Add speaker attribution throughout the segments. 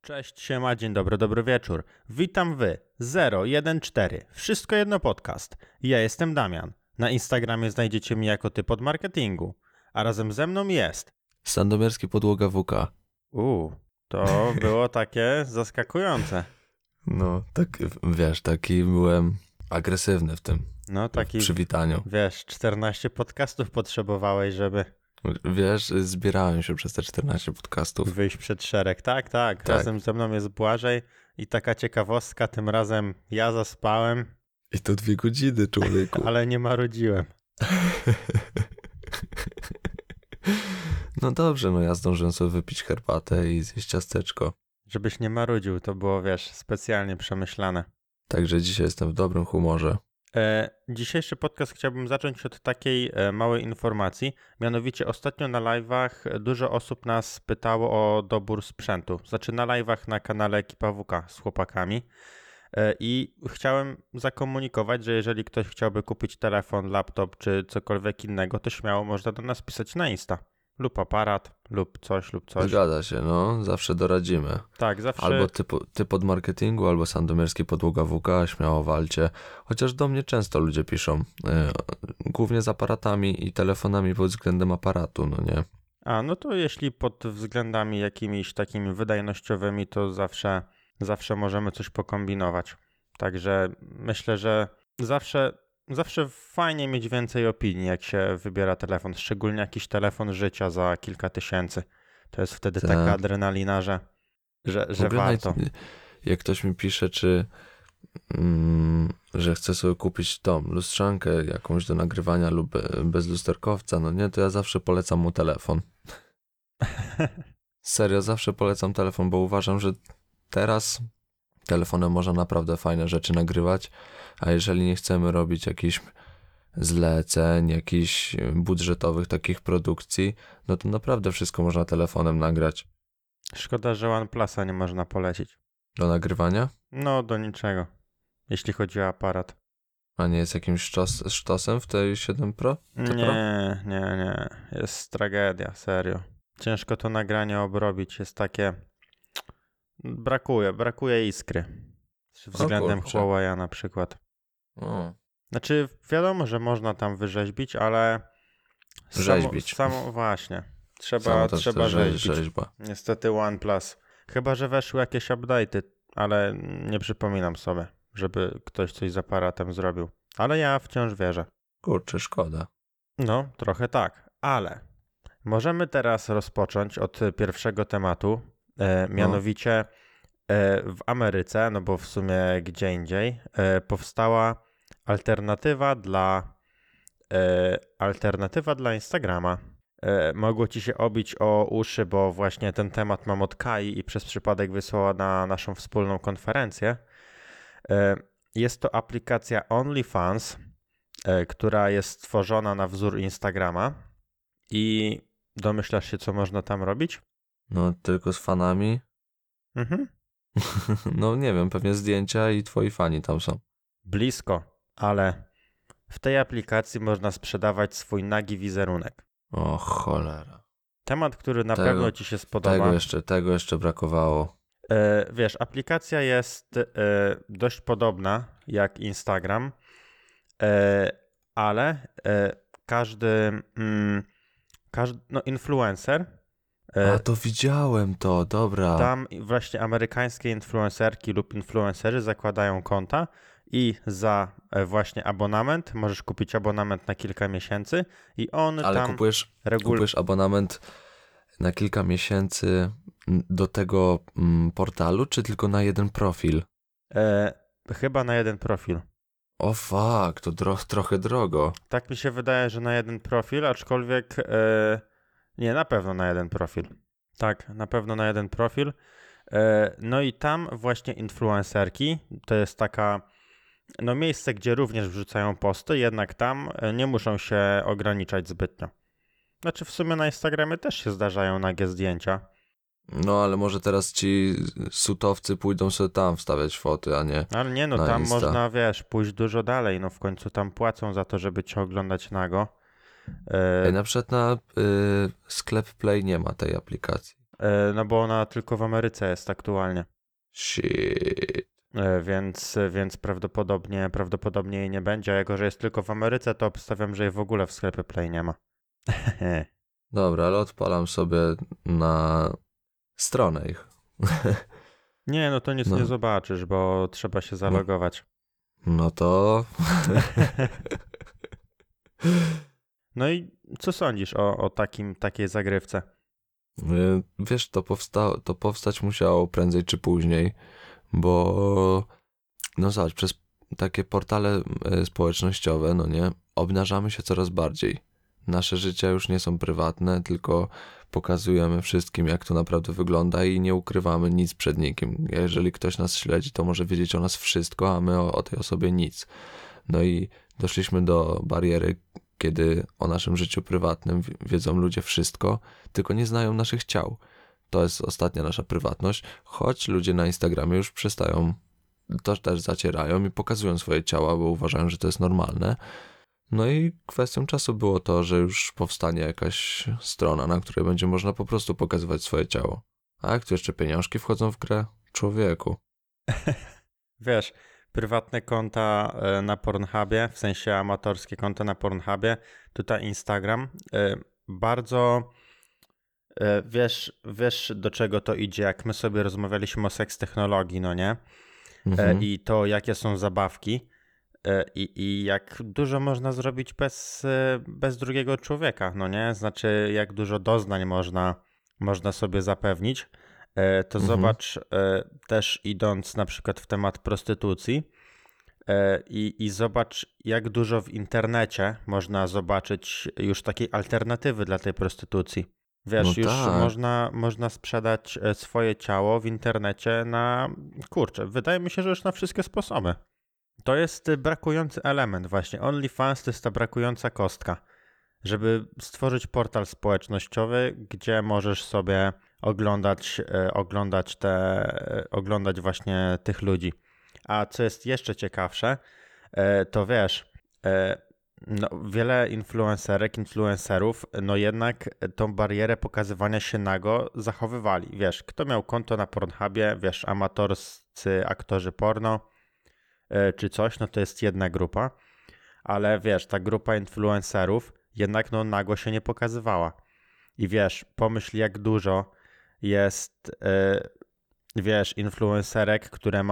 Speaker 1: Cześć, siema, dzień dobry, dobry wieczór. Witam wy, 014, Wszystko Jedno Podcast. Ja jestem Damian. Na Instagramie znajdziecie mnie jako typ od marketingu. A razem ze mną jest...
Speaker 2: Sandomierski Podłoga WK.
Speaker 1: To było takie zaskakujące.
Speaker 2: No, tak, wiesz, taki byłem agresywny w tym
Speaker 1: Taki,
Speaker 2: przywitaniu.
Speaker 1: Wiesz, 14 podcastów potrzebowałeś, żeby...
Speaker 2: Wiesz, zbierałem się przez te 14 podcastów.
Speaker 1: Wyjść przed szereg. Tak. Razem ze mną jest Błażej i taka ciekawostka, tym razem ja zaspałem.
Speaker 2: I to 2 godziny, człowieku.
Speaker 1: Ale nie marudziłem.
Speaker 2: No dobrze, ja zdążyłem sobie wypić herbatę i zjeść ciasteczko.
Speaker 1: Żebyś nie marudził, to było, wiesz, specjalnie przemyślane.
Speaker 2: Także dzisiaj jestem w dobrym humorze.
Speaker 1: Dzisiejszy podcast chciałbym zacząć od takiej małej informacji. Mianowicie ostatnio na live'ach dużo osób nas pytało o dobór sprzętu. Znaczy na live'ach na kanale Ekipa WK z chłopakami. I chciałem zakomunikować, że jeżeli ktoś chciałby kupić telefon, laptop czy cokolwiek innego, to śmiało można do nas pisać na Insta. Lub aparat, lub coś.
Speaker 2: Zgadza się, zawsze doradzimy.
Speaker 1: Tak, zawsze.
Speaker 2: Albo typ od marketingu, albo Sandomierski Podłoga WK, śmiało walcie. Chociaż do mnie często ludzie piszą, głównie z aparatami i telefonami pod względem aparatu, nie?
Speaker 1: No to jeśli pod względami jakimiś takimi wydajnościowymi, to zawsze możemy coś pokombinować. Także myślę, że zawsze fajnie mieć więcej opinii, jak się wybiera telefon, szczególnie jakiś telefon życia za kilka tysięcy. To jest wtedy taka adrenalina, że warto.
Speaker 2: Jak ktoś mi pisze, że chce sobie kupić lustrzankę jakąś do nagrywania lub bez lusterkowca, to ja zawsze polecam mu telefon. Serio, zawsze polecam telefon, bo uważam, że teraz telefonem można naprawdę fajne rzeczy nagrywać, a jeżeli nie chcemy robić jakichś zleceń, jakichś budżetowych takich produkcji, to naprawdę wszystko można telefonem nagrać.
Speaker 1: Szkoda, że OnePlusa nie można polecić.
Speaker 2: Do nagrywania?
Speaker 1: Do niczego, jeśli chodzi o aparat.
Speaker 2: A nie jest jakimś sztosem w tej 7 Pro?
Speaker 1: Nie. Jest tragedia, serio. Ciężko to nagranie obrobić, jest takie... Brakuje iskry. Względem Huawei'a na przykład. Znaczy, wiadomo, że można tam wyrzeźbić, ale... Właśnie. Trzeba rzeźbić. Niestety OnePlus. Chyba, że weszły jakieś update'y, ale nie przypominam sobie, żeby ktoś coś z aparatem zrobił. Ale ja wciąż wierzę.
Speaker 2: Kurczę, szkoda.
Speaker 1: Trochę tak, ale możemy teraz rozpocząć od pierwszego tematu, mianowicie w Ameryce, bo w sumie gdzie indziej, powstała alternatywa dla Instagrama. Mogło ci się obić o uszy, bo właśnie ten temat mam od Kai i przez przypadek wysłała na naszą wspólną konferencję. Jest to aplikacja OnlyFans, która jest stworzona na wzór Instagrama i domyślasz się, co można tam robić?
Speaker 2: Tylko z fanami?
Speaker 1: Mhm.
Speaker 2: Nie wiem, pewnie zdjęcia i twoi fani tam są.
Speaker 1: Blisko, ale w tej aplikacji można sprzedawać swój nagi wizerunek.
Speaker 2: O cholera.
Speaker 1: Temat, który na pewno ci się spodoba.
Speaker 2: Tego jeszcze brakowało.
Speaker 1: Wiesz, aplikacja jest dość podobna jak Instagram, ale każdy influencer.
Speaker 2: To widziałem to, dobra.
Speaker 1: Tam właśnie amerykańskie influencerki lub influencerzy zakładają konta i za właśnie abonament, możesz kupić abonament na kilka miesięcy i on
Speaker 2: ale
Speaker 1: tam...
Speaker 2: kupujesz abonament na kilka miesięcy do tego portalu, czy tylko na jeden profil?
Speaker 1: Chyba na jeden profil.
Speaker 2: O fuck, to trochę drogo.
Speaker 1: Tak mi się wydaje, że na jeden profil, aczkolwiek nie, na pewno na jeden profil. Tak, na pewno na jeden profil. I tam właśnie influencerki, to jest taka miejsce, gdzie również wrzucają posty, jednak tam nie muszą się ograniczać zbytnio. Znaczy w sumie na Instagramie też się zdarzają nagie zdjęcia.
Speaker 2: Ale może teraz ci sutowcy pójdą sobie tam wstawiać foty, a nie.
Speaker 1: Ale nie, tam Insta. Można, pójść dużo dalej, w końcu tam płacą za to, żeby cię oglądać nago.
Speaker 2: Na przykład na Sklep Play nie ma tej aplikacji.
Speaker 1: No bo ona tylko w Ameryce jest aktualnie.
Speaker 2: Shit.
Speaker 1: Więc prawdopodobnie jej nie będzie, a jako że jest tylko w Ameryce, to obstawiam, że jej w ogóle w sklepie Play nie ma.
Speaker 2: Dobra, ale odpalam sobie na stronę ich.
Speaker 1: Nie, no to nic
Speaker 2: No,
Speaker 1: nie zobaczysz, bo trzeba się zalogować.
Speaker 2: no to...
Speaker 1: No i co sądzisz o takiej zagrywce?
Speaker 2: Wiesz, to powstać musiało prędzej czy później, bo no zobacz, przez takie portale społecznościowe, no nie, obnażamy się coraz bardziej. Nasze życia już nie są prywatne, tylko pokazujemy wszystkim, jak to naprawdę wygląda i nie ukrywamy nic przed nikim. Jeżeli ktoś nas śledzi, to może wiedzieć o nas wszystko, a my o tej osobie nic. No i doszliśmy do bariery, kiedy o naszym życiu prywatnym wiedzą ludzie wszystko, tylko nie znają naszych ciał. To jest ostatnia nasza prywatność, choć ludzie na Instagramie już przestają, to też zacierają i pokazują swoje ciała, bo uważają, że to jest normalne. No i kwestią czasu było to, że już powstanie jakaś strona, na której będzie można po prostu pokazywać swoje ciało. A jak tu jeszcze pieniążki wchodzą w grę? Człowieku.
Speaker 1: Wiesz, prywatne konta na Pornhubie, w sensie amatorskie konta na Pornhubie, tutaj Instagram, bardzo wiesz do czego to idzie, jak my sobie rozmawialiśmy o seks technologii, no nie? I to jakie są zabawki i jak dużo można zrobić bez drugiego człowieka, no nie? Znaczy jak dużo doznań można sobie zapewnić. To zobacz też idąc na przykład w temat prostytucji i zobacz jak dużo w internecie można zobaczyć już takiej alternatywy dla tej prostytucji. Wiesz,
Speaker 2: No
Speaker 1: już
Speaker 2: tak.
Speaker 1: można sprzedać swoje ciało w internecie kurczę, wydaje mi się, że już na wszystkie sposoby. To jest brakujący element właśnie. OnlyFans to jest ta brakująca kostka, żeby stworzyć portal społecznościowy, gdzie możesz sobie oglądać właśnie tych ludzi. A co jest jeszcze ciekawsze, to wiesz, no, wiele influencerów, no jednak tą barierę pokazywania się nago zachowywali. Wiesz, kto miał konto na Pornhubie, wiesz, amatorscy aktorzy porno czy coś, no to jest jedna grupa, ale wiesz, ta grupa influencerów jednak no nago się nie pokazywała. I wiesz, pomyśl jak dużo jest, wiesz, influencerek,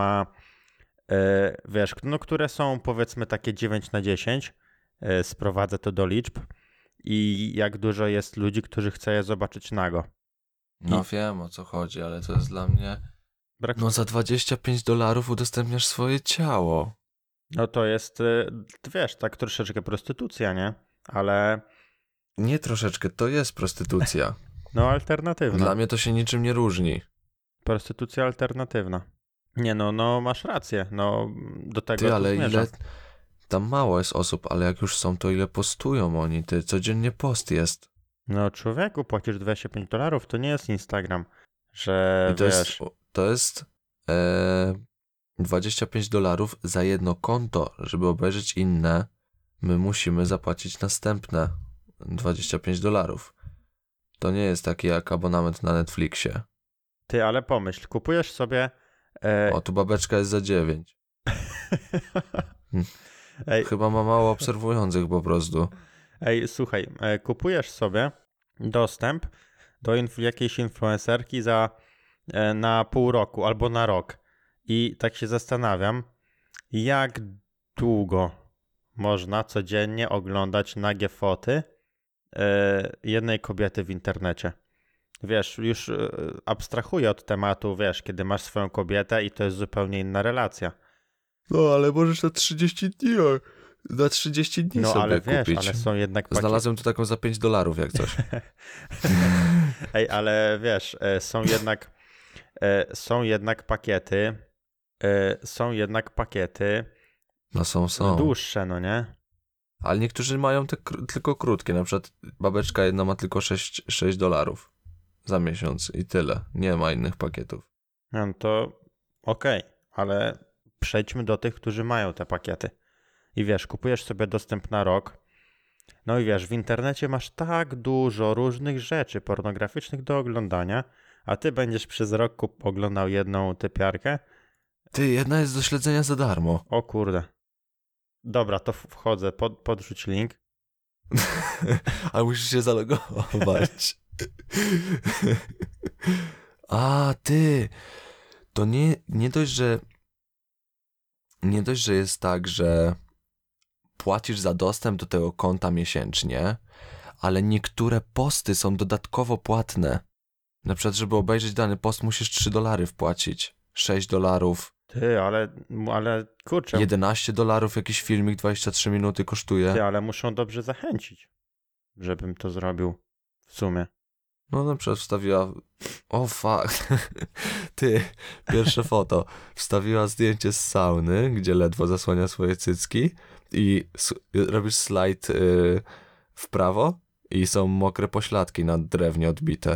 Speaker 1: wiesz, no które są powiedzmy takie 9 na 10, sprowadzę to do liczb i jak dużo jest ludzi, którzy chcą je zobaczyć nago.
Speaker 2: No wiem o co chodzi, ale to jest dla mnie...
Speaker 1: Brak...
Speaker 2: No za $25 udostępniasz swoje ciało.
Speaker 1: No to jest, wiesz, tak troszeczkę prostytucja, nie? Ale
Speaker 2: Nie troszeczkę, to jest prostytucja.
Speaker 1: no alternatywna.
Speaker 2: Dla mnie to się niczym nie różni.
Speaker 1: Prostytucja alternatywna. Nie no masz rację, no do tego
Speaker 2: Ty,
Speaker 1: to
Speaker 2: ale
Speaker 1: zmierzam.
Speaker 2: ile... Tam mało jest osób, ale jak już są, to ile postują oni? Ty, codziennie post jest.
Speaker 1: No człowieku, płacisz $25, to nie jest Instagram, że
Speaker 2: I to
Speaker 1: wiesz...
Speaker 2: jest $25 za jedno konto. Żeby obejrzeć inne, my musimy zapłacić następne $25. To nie jest taki jak abonament na Netflixie.
Speaker 1: Ty, ale pomyśl, kupujesz sobie...
Speaker 2: O, tu babeczka jest za 9.
Speaker 1: Ej,
Speaker 2: Chyba ma mało obserwujących po prostu.
Speaker 1: ej, słuchaj, kupujesz sobie dostęp do jakiejś influencerki na pół roku albo na rok i tak się zastanawiam, jak długo można codziennie oglądać nagie foty jednej kobiety w internecie. Wiesz, już abstrahuję od tematu, wiesz, kiedy masz swoją kobietę i to jest zupełnie inna relacja.
Speaker 2: No, ale możesz na 30 dni
Speaker 1: No
Speaker 2: sobie
Speaker 1: ale wiesz,
Speaker 2: kupić.
Speaker 1: ale są jednak pakiety.
Speaker 2: Znalazłem tu taką za $5 jak coś.
Speaker 1: Ej, ale wiesz, są jednak pakiety
Speaker 2: No są.
Speaker 1: dłuższe, no nie?
Speaker 2: Ale niektórzy mają tylko krótkie. Na przykład babeczka jedna ma tylko $6 za miesiąc i tyle. Nie ma innych pakietów.
Speaker 1: No to okej, ale przejdźmy do tych, którzy mają te pakiety. I wiesz, kupujesz sobie dostęp na rok. No i wiesz, w internecie masz tak dużo różnych rzeczy pornograficznych do oglądania, a ty będziesz przez rok oglądał jedną typiarkę?
Speaker 2: Ty, jedna jest do śledzenia za darmo.
Speaker 1: O kurde. Dobra, to wchodzę, podrzuć link.
Speaker 2: Ale musisz się zalogować. A, ty, to nie dość, że jest tak, że płacisz za dostęp do tego konta miesięcznie, ale niektóre posty są dodatkowo płatne. Na przykład, żeby obejrzeć dany post, musisz $3 wpłacić. $6.
Speaker 1: Ty, ale kurczę,
Speaker 2: $11 jakiś filmik 23 minuty kosztuje.
Speaker 1: ty, ale muszą dobrze zachęcić, żebym to zrobił w sumie.
Speaker 2: No na przykład wstawiła... O fuck. Ty, pierwsze foto. Wstawiła zdjęcie z sauny, gdzie ledwo zasłania swoje cycki i robisz slajd w prawo i są mokre pośladki na drewnie odbite.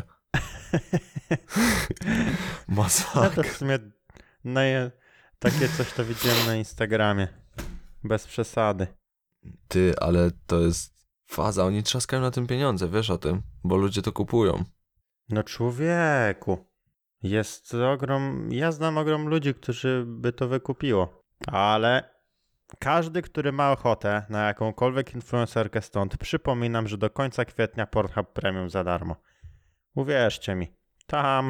Speaker 1: Ja
Speaker 2: Masakra.
Speaker 1: to w sumie takie coś to widziałem na Instagramie. Bez przesady.
Speaker 2: Ty, ale to jest faza. Oni trzaskają na tym pieniądze, wiesz o tym? Bo ludzie to kupują.
Speaker 1: No człowieku, jest ja znam ogrom ludzi, którzy by to wykupiło, ale każdy, który ma ochotę na jakąkolwiek influencerkę stąd, przypominam, że do końca kwietnia Pornhub Premium za darmo. Uwierzcie mi, tam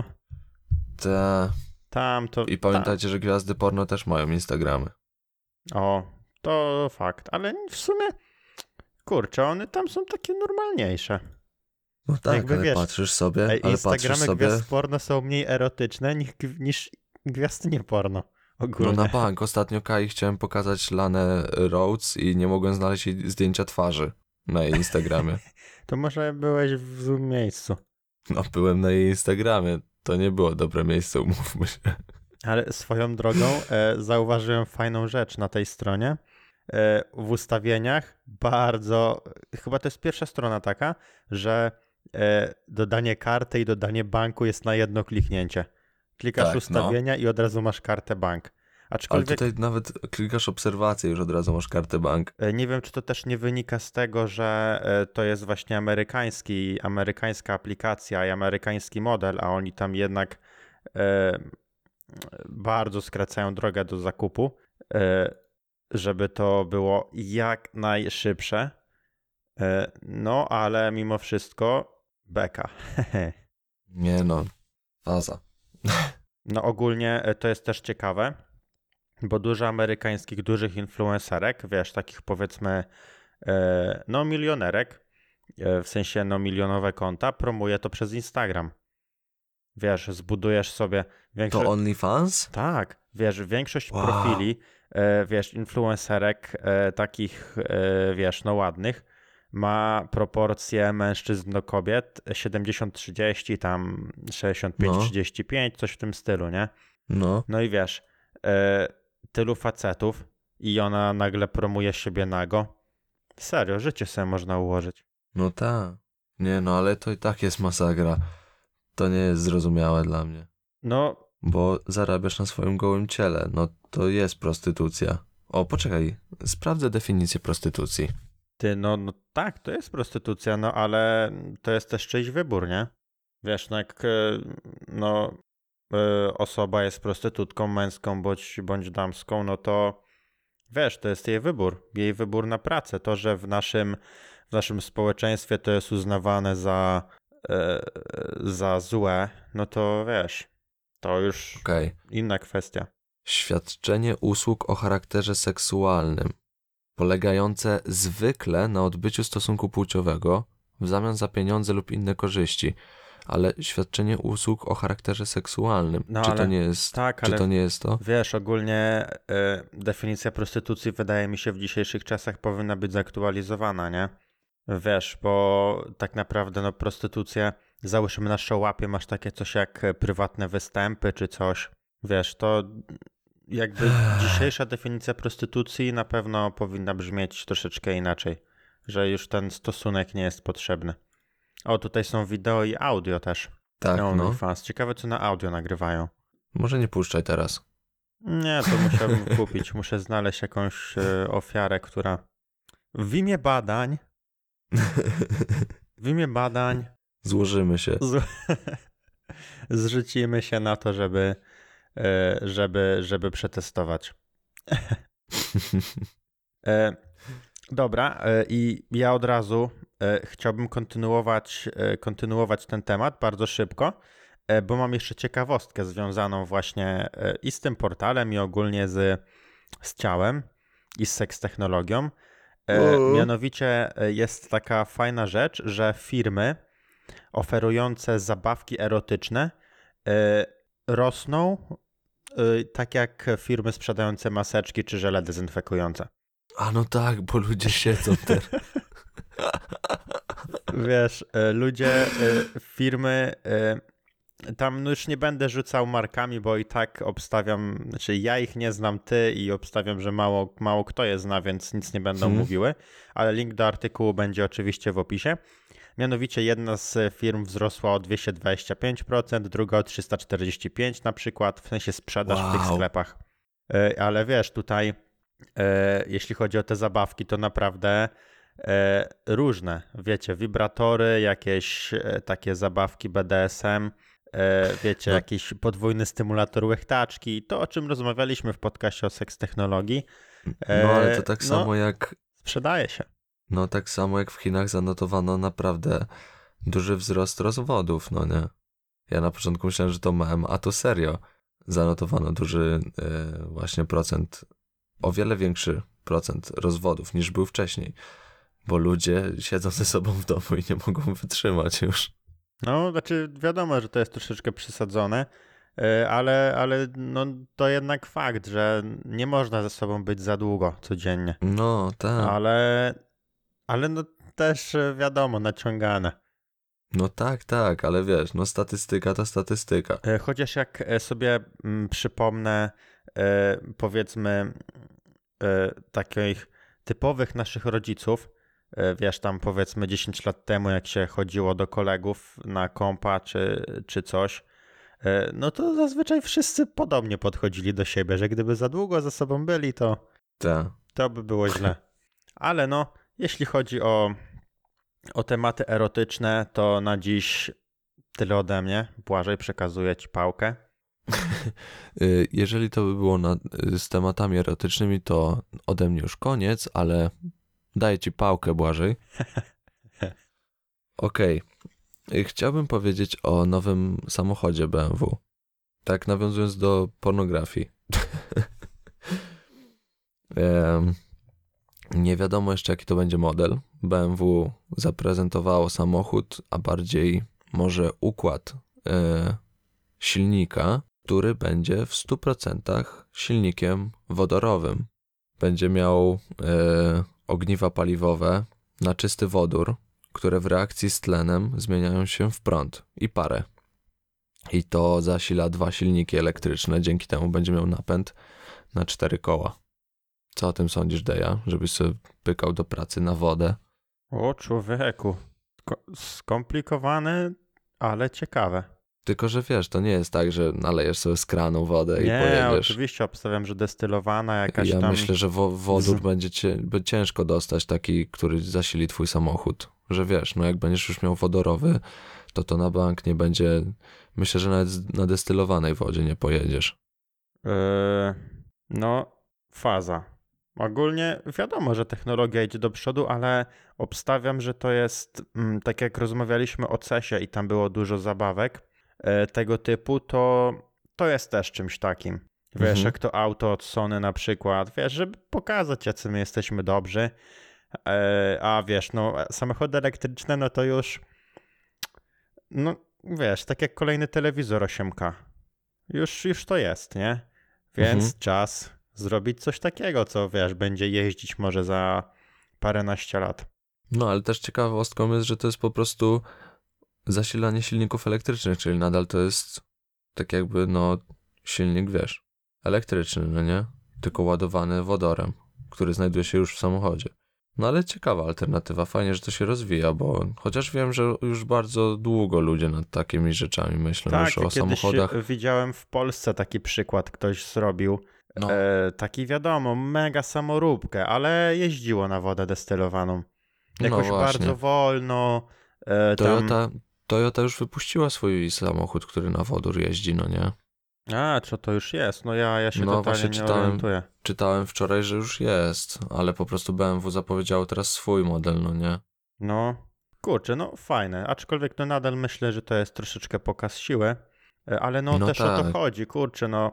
Speaker 1: to...
Speaker 2: I pamiętajcie, że gwiazdy porno też mają Instagramy.
Speaker 1: O, to fakt, ale w summe, kurczę, one tam są takie normalniejsze.
Speaker 2: No tak,
Speaker 1: Jakby
Speaker 2: ale
Speaker 1: wiesz,
Speaker 2: patrzysz sobie,
Speaker 1: Instagramy gwiazd porno są mniej erotyczne niż gwiazdy nie porno. Ogólnie.
Speaker 2: No na bank. Ostatnio Kai chciałem pokazać Lanę Rhodes i nie mogłem znaleźć jej zdjęcia twarzy na jej Instagramie.
Speaker 1: To może byłeś w złym miejscu.
Speaker 2: No byłem na jej Instagramie. To nie było dobre miejsce, umówmy się.
Speaker 1: Ale swoją drogą zauważyłem fajną rzecz na tej stronie. W ustawieniach chyba to jest pierwsza strona taka, że dodanie karty i dodanie banku jest na jedno kliknięcie. Klikasz
Speaker 2: Tak,
Speaker 1: ustawienia i od razu masz kartę bank.
Speaker 2: Ale
Speaker 1: Aczkolwiek
Speaker 2: tutaj nawet klikasz obserwację, już od razu masz kartę bank.
Speaker 1: nie wiem, czy to też nie wynika z tego, że to jest właśnie amerykańska aplikacja i amerykański model, a oni tam jednak bardzo skracają drogę do zakupu, żeby to było jak najszybsze. No, ale mimo wszystko beka.
Speaker 2: Nie no, faza.
Speaker 1: No ogólnie to jest też ciekawe, bo dużo amerykańskich, dużych influencerek, wiesz, takich powiedzmy no milionerek, w sensie no milionowe konta, promuje to przez Instagram. Wiesz, zbudujesz sobie większość...
Speaker 2: To OnlyFans?
Speaker 1: Tak, wiesz, większość
Speaker 2: Wow.
Speaker 1: profili, wiesz, influencerek takich, wiesz, no ładnych, ma proporcje mężczyzn do kobiet 70-30, tam 65-35, coś w tym stylu, nie?
Speaker 2: No.
Speaker 1: No i wiesz, tylu facetów i ona nagle promuje siebie nago. Serio, życie sobie można ułożyć.
Speaker 2: No tak. Nie no, ale to i tak jest masakra. To nie jest zrozumiałe dla mnie.
Speaker 1: No,
Speaker 2: Bo zarabiasz na swoim gołym ciele. No to jest prostytucja. O, poczekaj. Sprawdzę definicję prostytucji.
Speaker 1: no tak, to jest prostytucja, no ale to jest też czyjś wybór, nie? Wiesz, no jak osoba jest prostytutką męską bądź damską, no to wiesz, to jest jej wybór na pracę. To, że w naszym społeczeństwie to jest uznawane za złe, no to wiesz, to już
Speaker 2: Okej.
Speaker 1: inna kwestia.
Speaker 2: Świadczenie usług o charakterze seksualnym, polegające zwykle na odbyciu stosunku płciowego w zamian za pieniądze lub inne korzyści. Ale świadczenie usług o charakterze seksualnym.
Speaker 1: No,
Speaker 2: Czy to
Speaker 1: ale-
Speaker 2: nie jest
Speaker 1: Tak,
Speaker 2: Czy
Speaker 1: ale
Speaker 2: to nie jest to?
Speaker 1: wiesz, ogólnie definicja prostytucji wydaje mi się w dzisiejszych czasach powinna być zaktualizowana, nie? Wiesz, bo tak naprawdę no prostytucja, załóżmy na Showupie masz takie coś jak prywatne występy czy coś. Wiesz, to jakby dzisiejsza definicja prostytucji na pewno powinna brzmieć troszeczkę inaczej, że już ten stosunek nie jest potrzebny. O, tutaj są wideo i audio też.
Speaker 2: Tak,
Speaker 1: Na
Speaker 2: no.
Speaker 1: OnlyFans. Ciekawe, co na audio nagrywają.
Speaker 2: Może nie puszczaj teraz.
Speaker 1: Nie, to musiałbym kupić. Muszę znaleźć jakąś ofiarę, która w imię badań
Speaker 2: Złożymy się.
Speaker 1: Zrzucimy się na to, żeby przetestować. Dobra, i ja od razu chciałbym kontynuować ten temat bardzo szybko, bo mam jeszcze ciekawostkę związaną właśnie i z tym portalem, i ogólnie z ciałem, i z seks technologią. Mianowicie jest taka fajna rzecz, że firmy oferujące zabawki erotyczne rosną tak jak firmy sprzedające maseczki czy żele dezynfekujące.
Speaker 2: A no tak, bo ludzie siedzą teraz.
Speaker 1: Wiesz, ludzie, firmy, tam no już nie będę rzucał markami, bo i tak obstawiam, znaczy ja ich nie znam, ty, i obstawiam, że mało kto je zna, więc nic nie będą mówiły, ale link do artykułu będzie oczywiście w opisie. Mianowicie jedna z firm wzrosła o 225%, druga o 345% na przykład, w sensie sprzedaż w tych sklepach. Ale wiesz, tutaj jeśli chodzi o te zabawki, to naprawdę różne. Wiecie, wibratory, jakieś takie zabawki BDSM, wiecie, jakiś podwójny stymulator łechtaczki, to o czym rozmawialiśmy w podcaście o seks technologii.
Speaker 2: No ale to tak samo jak...
Speaker 1: Sprzedaje się.
Speaker 2: No tak samo jak w Chinach zanotowano naprawdę duży wzrost rozwodów, no nie? Ja na początku myślałem, że to mem, a to serio. Zanotowano duży właśnie procent, o wiele większy procent rozwodów niż był wcześniej. Bo ludzie siedzą ze sobą w domu i nie mogą wytrzymać już.
Speaker 1: No, znaczy wiadomo, że to jest troszeczkę przesadzone, ale no, to jednak fakt, że nie można ze sobą być za długo codziennie.
Speaker 2: No, tak.
Speaker 1: Ale no też wiadomo, naciągane.
Speaker 2: No tak, ale wiesz, no statystyka to statystyka.
Speaker 1: Chociaż jak sobie przypomnę, powiedzmy, takich typowych naszych rodziców, wiesz, tam powiedzmy 10 lat temu, jak się chodziło do kolegów na kompa czy coś, no to zazwyczaj wszyscy podobnie podchodzili do siebie, że gdyby za długo ze sobą byli, to by było źle. Ale no, jeśli chodzi o tematy erotyczne, to na dziś tyle ode mnie. Błażej, przekazuję ci pałkę.
Speaker 2: Jeżeli to by było z tematami erotycznymi, to ode mnie już koniec, ale daję ci pałkę, Błażej. Okej. Chciałbym powiedzieć o nowym samochodzie BMW. Tak nawiązując do pornografii. Nie wiadomo jeszcze, jaki to będzie model. BMW zaprezentowało samochód, a bardziej może układ silnika, który będzie w 100% silnikiem wodorowym. Będzie miał ogniwa paliwowe na czysty wodór, które w reakcji z tlenem zmieniają się w prąd i parę. I to zasila 2 silniki elektryczne, dzięki temu będzie miał napęd na 4 koła. Co o tym sądzisz, Deja? Żebyś sobie pykał do pracy na wodę?
Speaker 1: O człowieku, skomplikowane, ale ciekawe.
Speaker 2: Tylko, że wiesz, to nie jest tak, że nalejesz sobie z kranu wodę i
Speaker 1: Nie,
Speaker 2: pojedziesz.
Speaker 1: oczywiście obstawiam, że destylowana jakaś tam...
Speaker 2: Ja myślę, że wodór będzie ciężko dostać taki, który zasili twój samochód. Że wiesz, no jak będziesz już miał wodorowy, to na bank nie będzie... Myślę, że nawet na destylowanej wodzie nie pojedziesz.
Speaker 1: No, faza. Ogólnie wiadomo, że technologia idzie do przodu, ale obstawiam, że to jest, tak jak rozmawialiśmy o CES-ie i tam było dużo zabawek tego typu, to jest też czymś takim. Wiesz, jak to auto od Sony na przykład, wiesz, żeby pokazać, jacy my jesteśmy dobrzy, a wiesz, no samochody elektryczne, no to już, no wiesz, tak jak kolejny telewizor 8K. Już to jest, nie? Więc czas zrobić coś takiego, co wiesz, będzie jeździć może za paręnaście lat.
Speaker 2: No, ale też ciekawostką jest, że to jest po prostu zasilanie silników elektrycznych, czyli nadal to jest tak jakby, no, silnik, wiesz, elektryczny, no nie? Tylko ładowany wodorem, który znajduje się już w samochodzie. No ale ciekawa alternatywa, fajnie, że to się rozwija, bo chociaż wiem, że już bardzo długo ludzie nad takimi rzeczami myślą,
Speaker 1: tak,
Speaker 2: już o samochodach.
Speaker 1: Widziałem w Polsce taki przykład, ktoś zrobił.
Speaker 2: No.
Speaker 1: Taki wiadomo, mega samoróbkę, ale jeździło na wodę destylowaną. Jakoś
Speaker 2: No
Speaker 1: bardzo wolno.
Speaker 2: Toyota Toyota już wypuściła swój samochód, który na wodór jeździ, no nie?
Speaker 1: A, co to już jest? No ja się
Speaker 2: No
Speaker 1: totalnie
Speaker 2: właśnie
Speaker 1: nie orientuję.
Speaker 2: czytałem wczoraj, że już jest, ale po prostu BMW zapowiedziało teraz swój model, no nie?
Speaker 1: No, kurczę, no fajne, aczkolwiek no nadal myślę, że to jest troszeczkę pokaz siły, ale no
Speaker 2: No
Speaker 1: też o to
Speaker 2: tak.
Speaker 1: chodzi, kurczę, no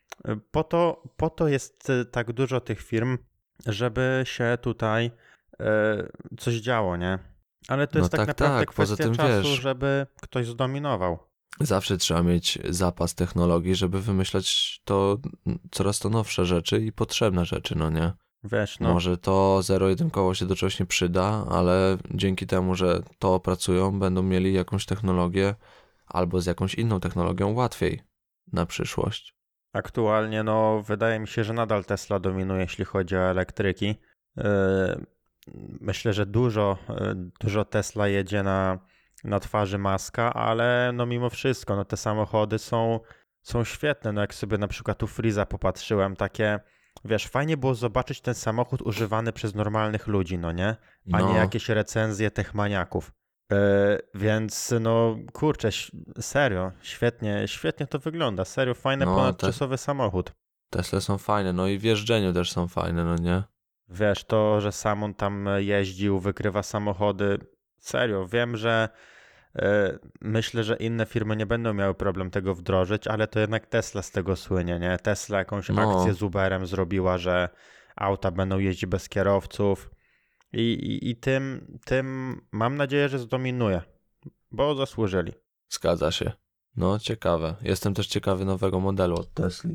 Speaker 1: po to jest tak dużo tych firm, żeby się tutaj coś działo, nie? Ale to
Speaker 2: No
Speaker 1: jest tak
Speaker 2: tak,
Speaker 1: naprawdę
Speaker 2: tak, poza
Speaker 1: kwestia
Speaker 2: tym
Speaker 1: czasu,
Speaker 2: wiesz,
Speaker 1: żeby ktoś zdominował.
Speaker 2: zawsze trzeba mieć zapas technologii, żeby wymyślać to coraz to nowsze rzeczy i potrzebne rzeczy, no nie?
Speaker 1: Wiesz, no
Speaker 2: Może to zero-jedynkowo się do czegoś nie przyda, ale dzięki temu, że to opracują, będą mieli jakąś technologię albo z jakąś inną technologią łatwiej na przyszłość.
Speaker 1: aktualnie no wydaje mi się, że nadal Tesla dominuje, jeśli chodzi o elektryki. Yy, Myślę, że dużo Tesla jedzie na twarzy Muska, ale no mimo wszystko, no te samochody są świetne. No jak sobie na przykład u Freeza popatrzyłem, takie, wiesz, fajnie było zobaczyć ten samochód używany przez normalnych ludzi, no nie? A nie
Speaker 2: No,
Speaker 1: jakieś recenzje techmaniaków. Więc no kurczę, serio, świetnie to wygląda. Serio, fajny
Speaker 2: no, te
Speaker 1: ponadczasowy samochód.
Speaker 2: Tesle są fajne, no i w jeżdżeniu też są fajne, no nie?
Speaker 1: Wiesz, to, że sam on tam jeździł, wykrywa samochody. Serio, wiem, że myślę, że inne firmy nie będą miały problem tego wdrożyć, ale to jednak Tesla z tego słynie, nie? Tesla jakąś akcję
Speaker 2: No,
Speaker 1: z Uberem zrobiła, że auta będą jeździć bez kierowców i tym mam nadzieję, że zdominuje, bo zasłużyli.
Speaker 2: zgadza się. No, ciekawe. Jestem też ciekawy nowego modelu od Tesli.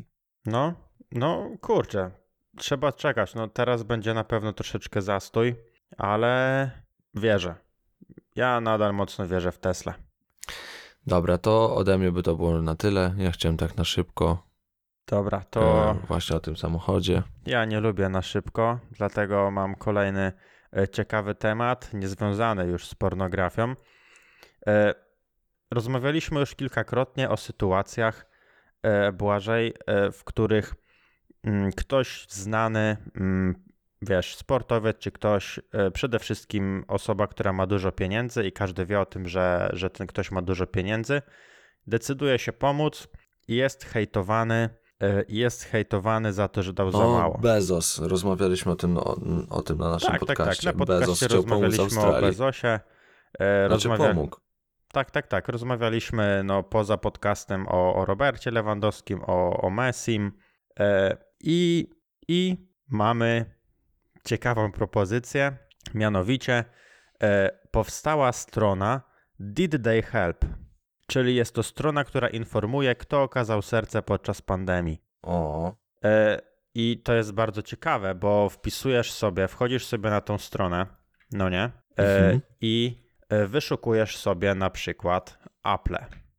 Speaker 1: No kurczę, trzeba czekać. No teraz będzie na pewno troszeczkę zastój, ale wierzę. Ja nadal mocno wierzę w Teslę.
Speaker 2: Dobra, to ode mnie by to było na tyle. Ja chciałem tak na szybko
Speaker 1: Dobra, to
Speaker 2: właśnie o tym samochodzie.
Speaker 1: ja nie lubię na szybko, dlatego mam kolejny ciekawy temat, niezwiązany już z pornografią. E, Rozmawialiśmy już kilkakrotnie o sytuacjach, Błażej, w których ktoś znany, wiesz, sportowiec czy ktoś, przede wszystkim osoba, która ma dużo pieniędzy i każdy wie o tym, że ten ktoś ma dużo pieniędzy, decyduje się pomóc i jest hejtowany za to, że dał za
Speaker 2: O,
Speaker 1: mało.
Speaker 2: Bezos. Rozmawialiśmy o tym na naszym
Speaker 1: Tak.
Speaker 2: podcaście.
Speaker 1: Na
Speaker 2: Bezos
Speaker 1: podcaście
Speaker 2: chciał pomóc
Speaker 1: rozmawialiśmy o
Speaker 2: Australii.
Speaker 1: Bezosie.
Speaker 2: Znaczy pomógł.
Speaker 1: Tak. Rozmawialiśmy no, poza podcastem o Robercie Lewandowskim, o Messim i mamy ciekawą propozycję. Mianowicie powstała strona Did They Help? Czyli jest to strona, która informuje, kto okazał serce podczas pandemii.
Speaker 2: O,
Speaker 1: I to jest bardzo ciekawe, bo wchodzisz sobie na tą stronę, no nie?
Speaker 2: Mhm.
Speaker 1: I wyszukujesz sobie na przykład Apple.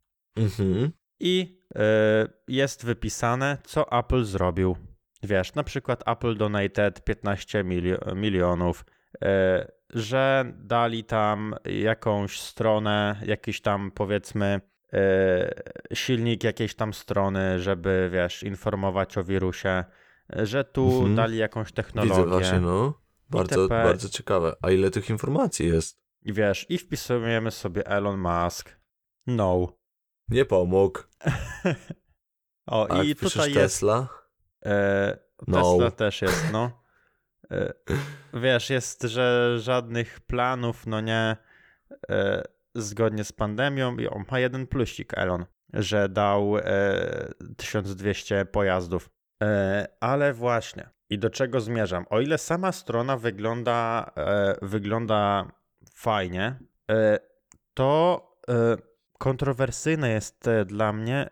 Speaker 1: I jest wypisane, co Apple zrobił. Wiesz, na przykład Apple donated 15 milionów, że dali tam jakąś stronę, jakiś tam powiedzmy silnik jakiejś tam strony, żeby wiesz, informować o wirusie, że tu dali jakąś technologię.
Speaker 2: Widzę właśnie, no. Bardzo,
Speaker 1: itp.
Speaker 2: bardzo ciekawe. A ile tych informacji jest?
Speaker 1: I wiesz, i wpisujemy sobie Elon Musk. No.
Speaker 2: Nie pomógł.
Speaker 1: O,
Speaker 2: A
Speaker 1: i
Speaker 2: jak piszesz
Speaker 1: tutaj jest.
Speaker 2: Tesla? No.
Speaker 1: Tesla też jest, no. Wiesz, jest, że żadnych planów, no nie, zgodnie z pandemią i on ma jeden plusik, Elon, że dał 1200 pojazdów. Ale właśnie, i do czego zmierzam? O ile sama strona wygląda fajnie, to kontrowersyjne jest dla mnie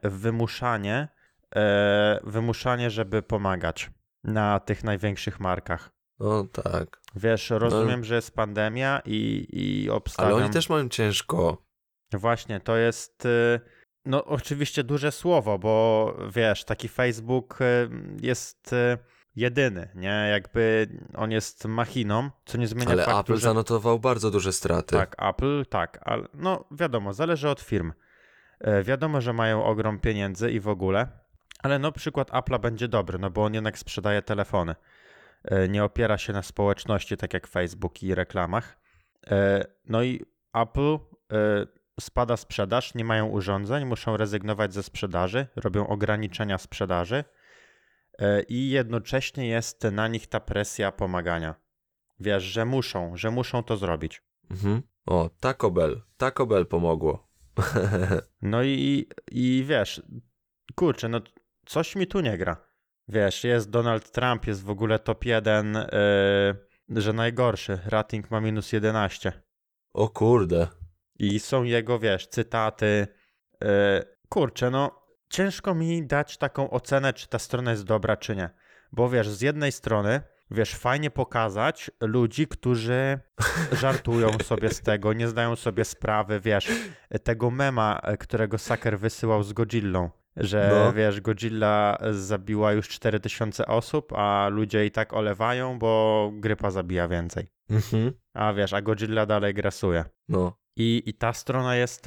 Speaker 1: wymuszanie, żeby pomagać na tych największych markach.
Speaker 2: No tak.
Speaker 1: Wiesz, rozumiem, że jest pandemia i obstawiam...
Speaker 2: Ale oni też mają ciężko.
Speaker 1: Właśnie, to jest no oczywiście duże słowo, bo wiesz, taki Facebook jest jedyny, nie? Jakby on jest machiną, co nie zmienia
Speaker 2: Ale
Speaker 1: faktu,
Speaker 2: Apple
Speaker 1: że...
Speaker 2: zanotował bardzo duże straty.
Speaker 1: Tak, Apple, tak, ale no wiadomo, zależy od firm. Wiadomo, że mają ogrom pieniędzy i w ogóle, ale no przykład Apple'a będzie dobry, no bo on jednak sprzedaje telefony. Nie opiera się na społeczności, tak jak Facebook i reklamach. No i Apple spada sprzedaż, nie mają urządzeń, muszą rezygnować ze sprzedaży, robią ograniczenia sprzedaży i jednocześnie jest na nich ta presja pomagania. Wiesz, że muszą to zrobić.
Speaker 2: Mhm. O, Taco Bell pomogło.
Speaker 1: No i wiesz, kurczę, no coś mi tu nie gra. Wiesz, jest Donald Trump, jest w ogóle top 1, że najgorszy, rating ma -11.
Speaker 2: O kurde.
Speaker 1: I są jego, wiesz, cytaty. Kurczę, no ciężko mi dać taką ocenę, czy ta strona jest dobra, czy nie. Bo wiesz, z jednej strony, wiesz, fajnie pokazać ludzi, którzy żartują sobie z tego, nie zdają sobie sprawy, wiesz, tego mema, którego Saker wysyłał z Godzillą, że
Speaker 2: No.
Speaker 1: wiesz, Godzilla zabiła już 4000 osób, a ludzie i tak olewają, bo grypa zabija więcej.
Speaker 2: Mhm.
Speaker 1: A wiesz, a Godzilla dalej grasuje.
Speaker 2: No.
Speaker 1: I ta strona jest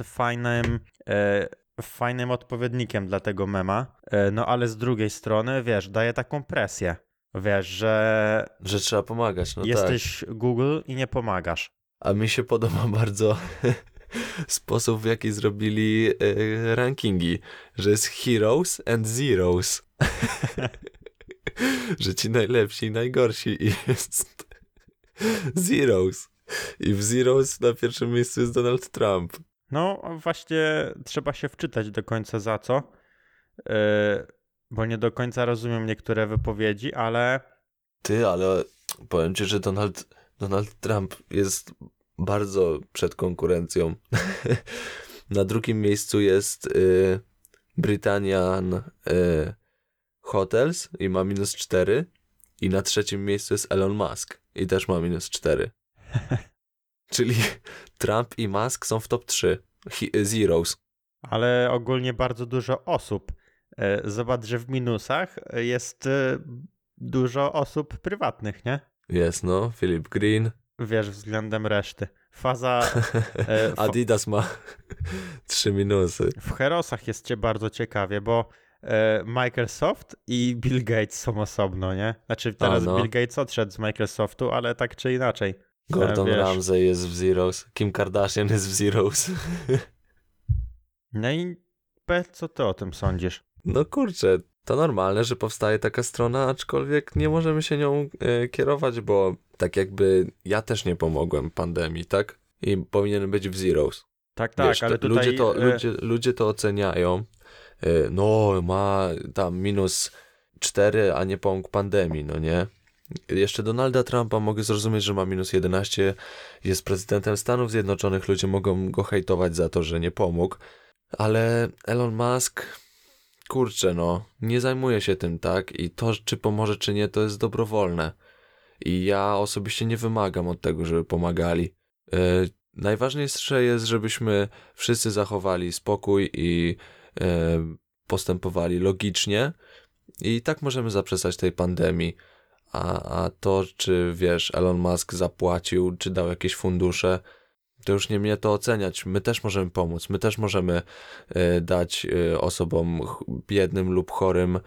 Speaker 1: fajnym odpowiednikiem dla tego mema, no ale z drugiej strony, wiesz, daje taką presję. Wiesz, że
Speaker 2: Że trzeba pomagać, no tak.
Speaker 1: jesteś Google i nie pomagasz.
Speaker 2: A mi się podoba bardzo sposób, w jaki zrobili rankingi, że jest Heroes and Zeros. Że ci najlepsi i najgorsi i jest Zeros. I w Zeros na pierwszym miejscu jest Donald Trump.
Speaker 1: No właśnie trzeba się wczytać do końca za co, bo nie do końca rozumiem niektóre wypowiedzi, ale
Speaker 2: Ale powiem ci, że Donald Trump jest bardzo przed konkurencją. Na drugim miejscu jest Britannian Hotels i ma -4. I na trzecim miejscu jest Elon Musk i też ma -4. Czyli Trump i Musk są w top 3. Zeros.
Speaker 1: ale ogólnie bardzo dużo osób. Zobacz, że w minusach jest dużo osób prywatnych, nie?
Speaker 2: Jest, no. Philip Green.
Speaker 1: Wiesz, względem reszty. Faza
Speaker 2: Adidas ma 3 minusy.
Speaker 1: w Herosach jest cię bardzo ciekawie, bo Microsoft i Bill Gates są osobno, nie? Znaczy teraz
Speaker 2: no.
Speaker 1: Bill Gates odszedł z Microsoftu, ale tak czy inaczej.
Speaker 2: Gordon
Speaker 1: wiesz.
Speaker 2: Ramsay jest w Zeros. Kim Kardashian jest w Zeros.
Speaker 1: No i co ty o tym sądzisz?
Speaker 2: No kurczę, to normalne, że powstaje taka strona, aczkolwiek nie możemy się nią kierować, bo tak jakby ja też nie pomogłem pandemii, tak? I powinien być w Zeros.
Speaker 1: Tak,
Speaker 2: Wiesz,
Speaker 1: ale
Speaker 2: to,
Speaker 1: tutaj...
Speaker 2: ludzie to oceniają. No, ma tam -4, a nie pomógł pandemii, no nie? Jeszcze Donalda Trumpa mogę zrozumieć, że ma -11, jest prezydentem Stanów Zjednoczonych, ludzie mogą go hejtować za to, że nie pomógł, ale Elon Musk, kurczę no, nie zajmuje się tym, tak? I to, czy pomoże, czy nie, to jest dobrowolne. I ja osobiście nie wymagam od tego, żeby pomagali. Najważniejsze jest, żebyśmy wszyscy zachowali spokój i postępowali logicznie i tak możemy zaprzestać tej pandemii. A to, czy wiesz, Elon Musk zapłacił, czy dał jakieś fundusze, to już nie mnie to oceniać. My też możemy pomóc, my też możemy dać osobom biednym lub chorym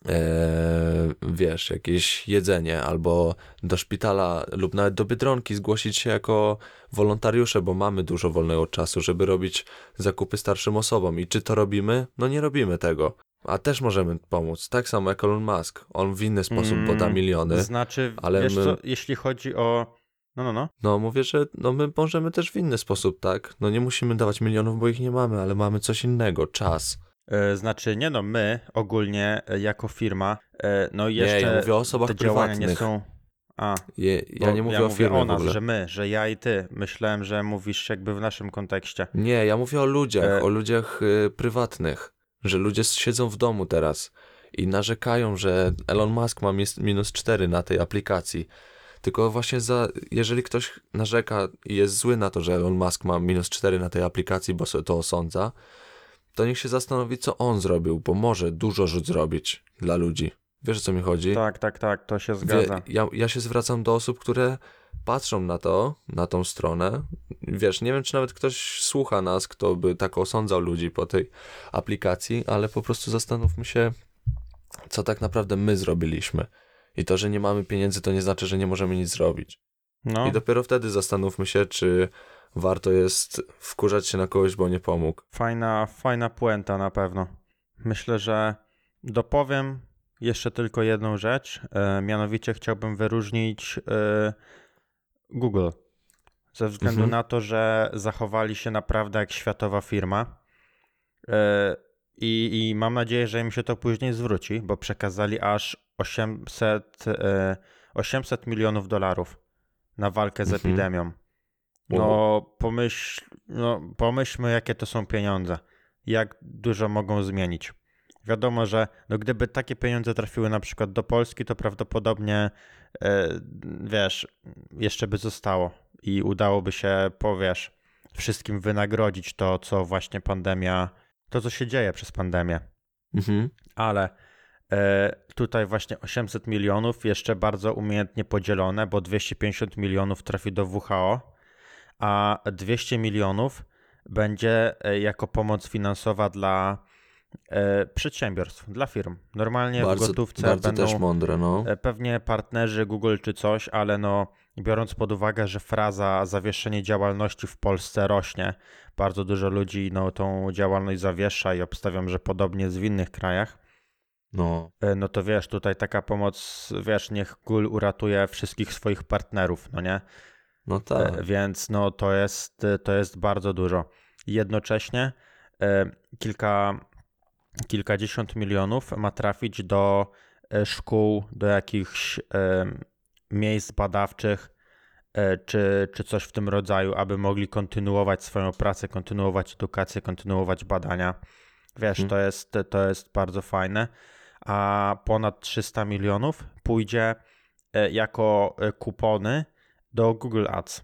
Speaker 2: wiesz, jakieś jedzenie albo do szpitala lub nawet do Biedronki zgłosić się jako wolontariusze, bo mamy dużo wolnego czasu, żeby robić zakupy starszym osobom. I czy to robimy? No nie robimy tego. A też możemy pomóc, tak samo jak Elon Musk. On w inny sposób poda miliony.
Speaker 1: Znaczy,
Speaker 2: ale
Speaker 1: wiesz
Speaker 2: my...
Speaker 1: co, jeśli chodzi o... No.
Speaker 2: No mówię, że no my możemy też w inny sposób, tak? No nie musimy dawać milionów, bo ich nie mamy, ale mamy coś innego, czas.
Speaker 1: Znaczy, nie no, my ogólnie jako firma, no jeszcze
Speaker 2: Nie, ja mówię o osobach
Speaker 1: te działania
Speaker 2: prywatnych.
Speaker 1: nie są...
Speaker 2: Ja nie mówię o firmie
Speaker 1: o nas,
Speaker 2: w ogóle.
Speaker 1: że my, że ja i ty. Myślałem, że mówisz jakby w naszym kontekście.
Speaker 2: Nie, ja mówię o ludziach prywatnych, że ludzie siedzą w domu teraz i narzekają, że Elon Musk ma -4 na tej aplikacji. Tylko właśnie jeżeli ktoś narzeka i jest zły na to, że Elon Musk ma -4 na tej aplikacji, bo sobie to osądza, to niech się zastanowi, co on zrobił, bo może dużo rzut zrobić dla ludzi. Wiesz, o co mi chodzi?
Speaker 1: Tak, to się zgadza.
Speaker 2: Ja się zwracam do osób, które patrzą na tą stronę. Wiesz, nie wiem, czy nawet ktoś słucha nas, kto by tak osądzał ludzi po tej aplikacji, ale po prostu zastanówmy się, co tak naprawdę my zrobiliśmy. I to, że nie mamy pieniędzy, to nie znaczy, że nie możemy nic zrobić.
Speaker 1: No,
Speaker 2: I dopiero wtedy zastanówmy się, czy warto jest wkurzać się na kogoś, bo nie pomógł.
Speaker 1: fajna puenta na pewno. Myślę, że dopowiem jeszcze tylko jedną rzecz, mianowicie chciałbym wyróżnić Google, ze względu na to, że zachowali się naprawdę jak światowa firma i mam nadzieję, że im się to później zwróci, bo przekazali aż 800 milionów dolarów na walkę z epidemią. No, pomyślmy, jakie to są pieniądze, jak dużo mogą zmienić. Wiadomo, że no, gdyby takie pieniądze trafiły na przykład do Polski, to prawdopodobnie, wiesz, jeszcze by zostało i udałoby się, wszystkim wynagrodzić to, co właśnie pandemia, to, co się dzieje przez pandemię. Ale tutaj właśnie 800 milionów jeszcze bardzo umiejętnie podzielone, bo 250 milionów trafi do WHO, a 200 milionów będzie jako pomoc finansowa dla przedsiębiorstw, dla firm. Normalnie w gotówce
Speaker 2: bardzo
Speaker 1: będą
Speaker 2: też mądre, no.
Speaker 1: pewnie partnerzy Google czy coś, ale no biorąc pod uwagę, że fraza zawieszenie działalności w Polsce rośnie, bardzo dużo ludzi no, tą działalność zawiesza i obstawiam, że podobnie jest w innych krajach. No to wiesz, tutaj taka pomoc, wiesz, niech Google uratuje wszystkich swoich partnerów, no nie?
Speaker 2: No tak.
Speaker 1: Więc no to jest bardzo dużo. Jednocześnie kilkadziesiąt milionów ma trafić do szkół, do jakichś miejsc badawczych czy coś w tym rodzaju, aby mogli kontynuować swoją pracę, kontynuować edukację, kontynuować badania. Wiesz, to jest bardzo fajne. A ponad 300 milionów pójdzie jako kupony do Google Ads,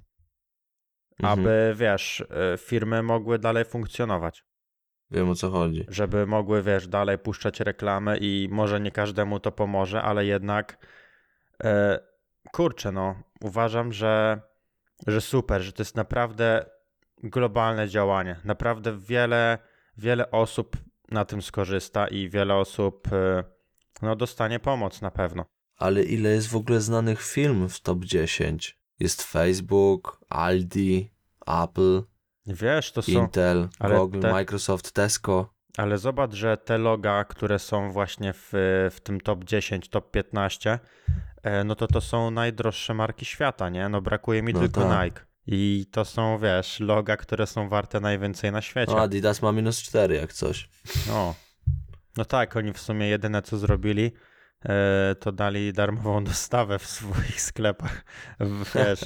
Speaker 1: aby, wiesz, firmy mogły dalej funkcjonować.
Speaker 2: Wiem, o co chodzi.
Speaker 1: Żeby mogły, wiesz, dalej puszczać reklamy i może nie każdemu to pomoże, ale jednak kurczę, no, uważam, że super, że to jest naprawdę globalne działanie. Naprawdę wiele osób na tym skorzysta i wiele osób no, dostanie pomoc na pewno.
Speaker 2: Ale ile jest w ogóle znanych firm w top 10? Jest Facebook, Aldi, Apple,
Speaker 1: Wiesz, to są...
Speaker 2: Intel, Google, Microsoft, Tesco.
Speaker 1: Ale zobacz, że te loga, które są właśnie w tym top 10, top 15, no to są najdroższe marki świata, nie? No brakuje mi tylko
Speaker 2: tak.
Speaker 1: Nike. I to są, wiesz, loga, które są warte najwięcej na świecie.
Speaker 2: No Adidas ma -4 jak coś.
Speaker 1: No tak, oni w sumie jedyne co zrobili, to dali darmową dostawę w swoich sklepach, wiesz.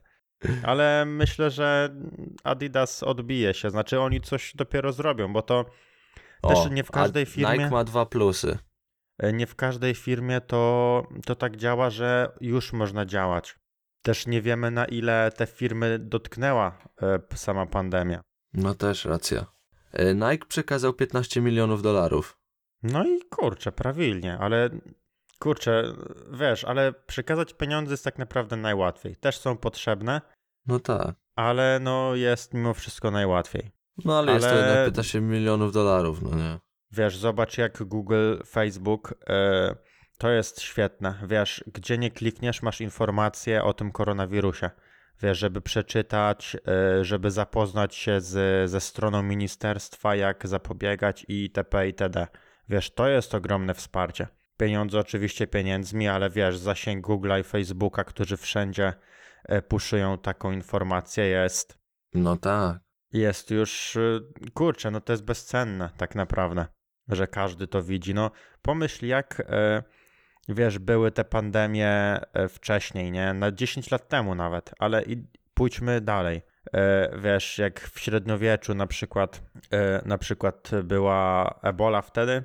Speaker 1: Ale myślę, że Adidas odbije się, znaczy oni coś dopiero zrobią, bo to też nie w każdej firmie...
Speaker 2: Nike ma 2 plusy.
Speaker 1: Nie w każdej firmie to tak działa, że już można działać. Też nie wiemy, na ile te firmy dotknęła sama pandemia.
Speaker 2: No też racja. Nike przekazał 15 milionów dolarów.
Speaker 1: No i kurczę, prawilnie, ale kurczę, wiesz, ale przekazać pieniądze jest tak naprawdę najłatwiej. Też są potrzebne,
Speaker 2: No tak.
Speaker 1: ale no jest mimo wszystko najłatwiej.
Speaker 2: No ale jest to jednak 15 milionów dolarów, no nie?
Speaker 1: Wiesz, zobacz jak Google, Facebook, to jest świetne. Wiesz, gdzie nie klikniesz, masz informacje o tym koronawirusie. Wiesz, żeby przeczytać, żeby zapoznać się ze stroną ministerstwa, jak zapobiegać itp. itd. Wiesz, to jest ogromne wsparcie. Pieniądze oczywiście pieniędzmi, ale wiesz, zasięg Google'a i Facebooka, którzy wszędzie puszują taką informację jest...
Speaker 2: No tak.
Speaker 1: Jest już, kurczę, no to jest bezcenne tak naprawdę, że każdy to widzi. No pomyśl jak, wiesz, były te pandemie wcześniej, nie? Na 10 lat temu nawet, ale pójdźmy dalej. Wiesz, jak w średniowieczu na przykład była Ebola wtedy.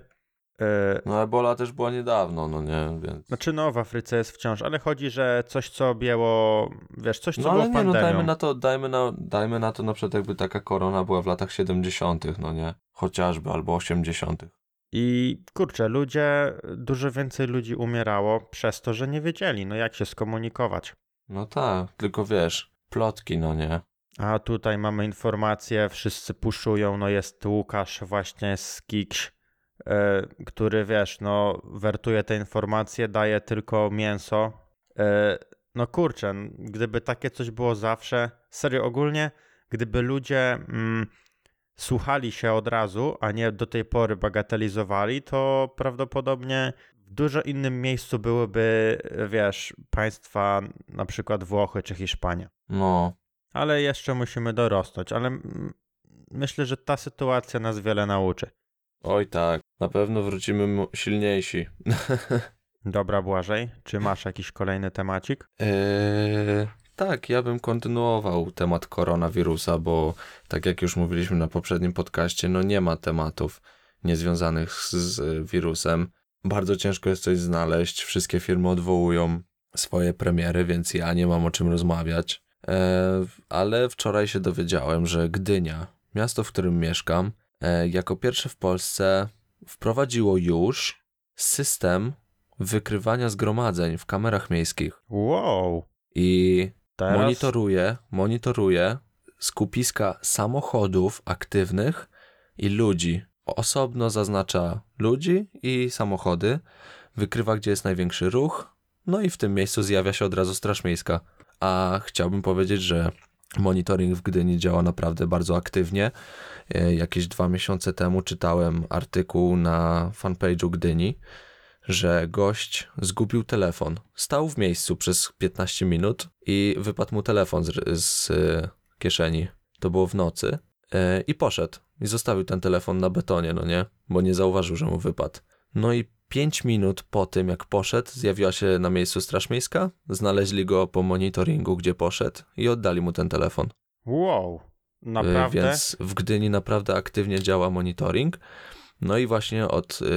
Speaker 2: No Ebola też była niedawno, no nie, więc...
Speaker 1: Znaczy no w Afryce jest wciąż, ale chodzi, że coś co objęło, wiesz, coś co
Speaker 2: no,
Speaker 1: było
Speaker 2: ale nie,
Speaker 1: pandemią.
Speaker 2: no dajmy na to na przykład jakby taka korona była w latach 70., no nie? Chociażby, albo 80.
Speaker 1: I kurczę, dużo więcej ludzi umierało przez to, że nie wiedzieli, no jak się skomunikować.
Speaker 2: No tak, tylko wiesz, plotki, no nie?
Speaker 1: A tutaj mamy informacje, wszyscy puszują, no jest Łukasz właśnie z Kikś, który wiesz, no wertuje te informacje, daje tylko mięso, No kurczę, gdyby takie coś było zawsze, serio ogólnie, gdyby ludzie słuchali się od razu, a nie do tej pory bagatelizowali, to prawdopodobnie w dużo innym miejscu byłyby, wiesz, państwa, na przykład Włochy czy Hiszpania.
Speaker 2: No,
Speaker 1: Ale jeszcze musimy dorosnąć, ale myślę, że ta sytuacja nas wiele nauczy.
Speaker 2: oj tak, na pewno wrócimy silniejsi.
Speaker 1: Dobra, Błażej, czy masz jakiś kolejny temacik?
Speaker 2: Tak, ja bym kontynuował temat koronawirusa, bo tak jak już mówiliśmy na poprzednim podcaście, no nie ma tematów niezwiązanych z wirusem. Bardzo ciężko jest coś znaleźć, wszystkie firmy odwołują swoje premiery, więc ja nie mam o czym rozmawiać. Ale wczoraj się dowiedziałem, że Gdynia, miasto, w którym mieszkam, jako pierwsze w Polsce wprowadziło już system wykrywania zgromadzeń w kamerach miejskich.
Speaker 1: Wow!
Speaker 2: I
Speaker 1: Teraz
Speaker 2: monitoruje skupiska samochodów aktywnych i ludzi. Osobno zaznacza ludzi i samochody, wykrywa, gdzie jest największy ruch, no i w tym miejscu zjawia się od razu Straż Miejska. A chciałbym powiedzieć, że monitoring w Gdyni działa naprawdę bardzo aktywnie. Jakieś 2 miesiące temu czytałem artykuł na fanpage'u Gdyni, że gość zgubił telefon. Stał w miejscu przez 15 minut i wypadł mu telefon z kieszeni. To było w nocy. I poszedł. I zostawił ten telefon na betonie, no nie? Bo nie zauważył, że mu wypadł. No i 5 minut po tym, jak poszedł, zjawiła się na miejscu Straż Miejska. Znaleźli go po monitoringu, gdzie poszedł i oddali mu ten telefon.
Speaker 1: Wow! Naprawdę?
Speaker 2: Więc w Gdyni naprawdę aktywnie działa monitoring. No i właśnie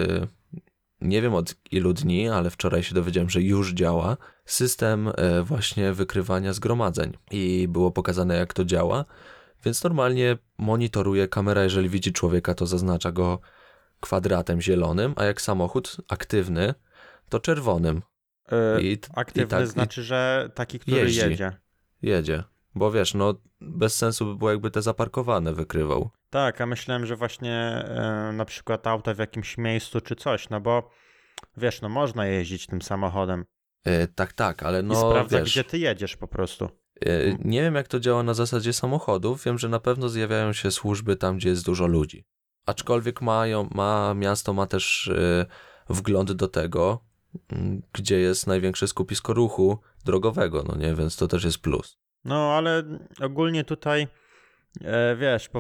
Speaker 2: nie wiem od ilu dni, ale wczoraj się dowiedziałem, że już działa system właśnie wykrywania zgromadzeń i było pokazane, jak to działa, więc normalnie monitoruje kamera, jeżeli widzi człowieka, to zaznacza go kwadratem zielonym, a jak samochód aktywny, to czerwonym.
Speaker 1: Aktywny znaczy, że taki, który
Speaker 2: Jedzie, bo wiesz, no bez sensu by było, jakby te zaparkowane wykrywał.
Speaker 1: Tak, a myślałem, że właśnie na przykład auta w jakimś miejscu czy coś, no bo wiesz, no można jeździć tym samochodem
Speaker 2: Tak, ale no
Speaker 1: i sprawdza,
Speaker 2: wiesz,
Speaker 1: gdzie ty jedziesz po prostu.
Speaker 2: Nie wiem, jak to działa na zasadzie samochodów. Wiem, że na pewno zjawiają się służby tam, gdzie jest dużo ludzi. Aczkolwiek miasto ma też wgląd do tego, gdzie jest największe skupisko ruchu drogowego, no nie, więc to też jest plus.
Speaker 1: No, ale ogólnie tutaj, wiesz,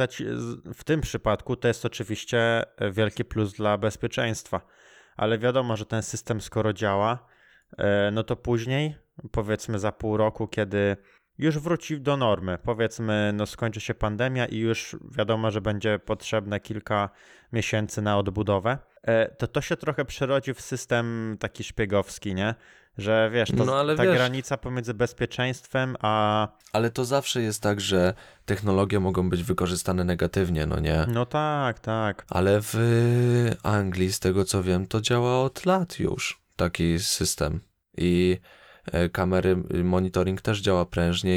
Speaker 1: w tym przypadku to jest oczywiście wielki plus dla bezpieczeństwa, ale wiadomo, że ten system skoro działa, no to później, powiedzmy za pół roku, kiedy już wróci do normy, powiedzmy, no skończy się pandemia i już wiadomo, że będzie potrzebne kilka miesięcy na odbudowę, to się trochę przerodzi w system taki szpiegowski, nie? Że wiesz, ta granica pomiędzy bezpieczeństwem a...
Speaker 2: Ale to zawsze jest tak, że technologie mogą być wykorzystane negatywnie, no nie?
Speaker 1: No tak.
Speaker 2: Ale w Anglii, z tego co wiem, to działa od lat już taki system. I kamery, monitoring też działa prężnie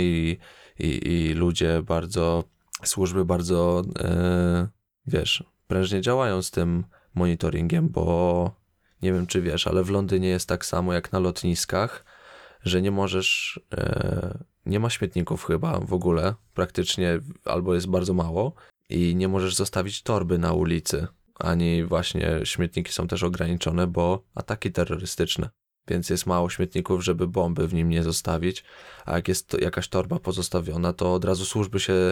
Speaker 2: i ludzie służby bardzo, wiesz, prężnie działają z tym monitoringiem, bo nie wiem, czy wiesz, ale w Londynie jest tak samo jak na lotniskach, że nie możesz, nie ma śmietników chyba w ogóle, praktycznie, albo jest bardzo mało i nie możesz zostawić torby na ulicy, ani właśnie śmietniki są też ograniczone, bo ataki terrorystyczne, więc jest mało śmietników, żeby bomby w nim nie zostawić, a jak jest jakaś torba pozostawiona, to od razu służby się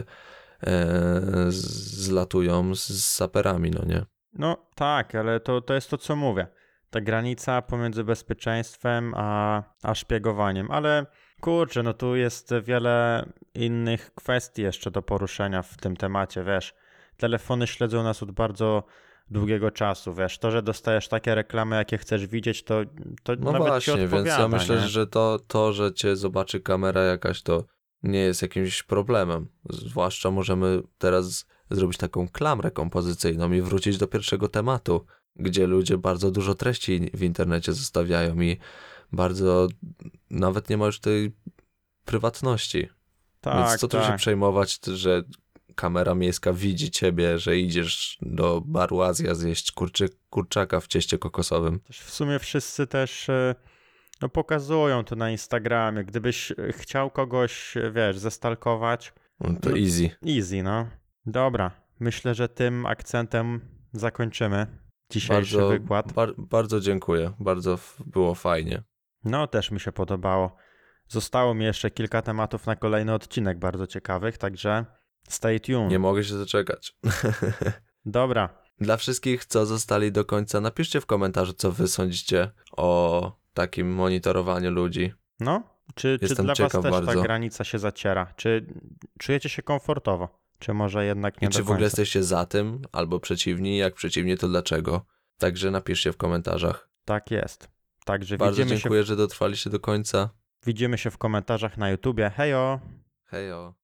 Speaker 2: zlatują z saperami, no nie?
Speaker 1: No tak, ale to jest to, co mówię. Ta granica pomiędzy bezpieczeństwem a szpiegowaniem, ale kurczę, no tu jest wiele innych kwestii jeszcze do poruszenia w tym temacie, wiesz. Telefony śledzą nas od bardzo długiego czasu, wiesz. To, że dostajesz takie reklamy, jakie chcesz widzieć, to
Speaker 2: no
Speaker 1: nawet
Speaker 2: właśnie,
Speaker 1: ci odpowiada,
Speaker 2: więc ja myślę,
Speaker 1: nie?
Speaker 2: że to, że cię zobaczy kamera jakaś, to nie jest jakimś problemem. Zwłaszcza możemy teraz zrobić taką klamrę kompozycyjną i wrócić do pierwszego tematu, gdzie ludzie bardzo dużo treści w internecie zostawiają i bardzo nawet nie ma już tej prywatności.
Speaker 1: Tak,
Speaker 2: więc co tu się przejmować, że kamera miejska widzi ciebie, że idziesz do baru Azja zjeść kurczaka w cieście kokosowym.
Speaker 1: W sumie wszyscy też No pokazują to na Instagramie. Gdybyś chciał kogoś, wiesz, zestalkować,
Speaker 2: No to
Speaker 1: No.
Speaker 2: easy.
Speaker 1: easy, no. Dobra, myślę, że tym akcentem zakończymy dzisiejszy wykład.
Speaker 2: Bardzo dziękuję. Bardzo było fajnie.
Speaker 1: No, też mi się podobało. Zostało mi jeszcze kilka tematów na kolejny odcinek bardzo ciekawych, także stay tuned.
Speaker 2: Nie mogę się doczekać.
Speaker 1: Dobra,
Speaker 2: Dla wszystkich, co zostali do końca, napiszcie w komentarzu, co wy sądzicie o takim monitorowaniu ludzi.
Speaker 1: no. Czy
Speaker 2: Jestem
Speaker 1: dla was
Speaker 2: ciekaw
Speaker 1: też ta
Speaker 2: bardzo.
Speaker 1: granica się zaciera? Czy czujecie się komfortowo? Czy może jednak nie
Speaker 2: I czy
Speaker 1: do
Speaker 2: w ogóle
Speaker 1: końca?
Speaker 2: jesteście za tym, albo przeciwni? Jak przeciwnie, to dlaczego? Także napiszcie w komentarzach.
Speaker 1: Tak jest. Także
Speaker 2: Bardzo dziękuję, że dotrwaliście do końca.
Speaker 1: widzimy się w komentarzach na YouTubie. Hejo!
Speaker 2: Hejo.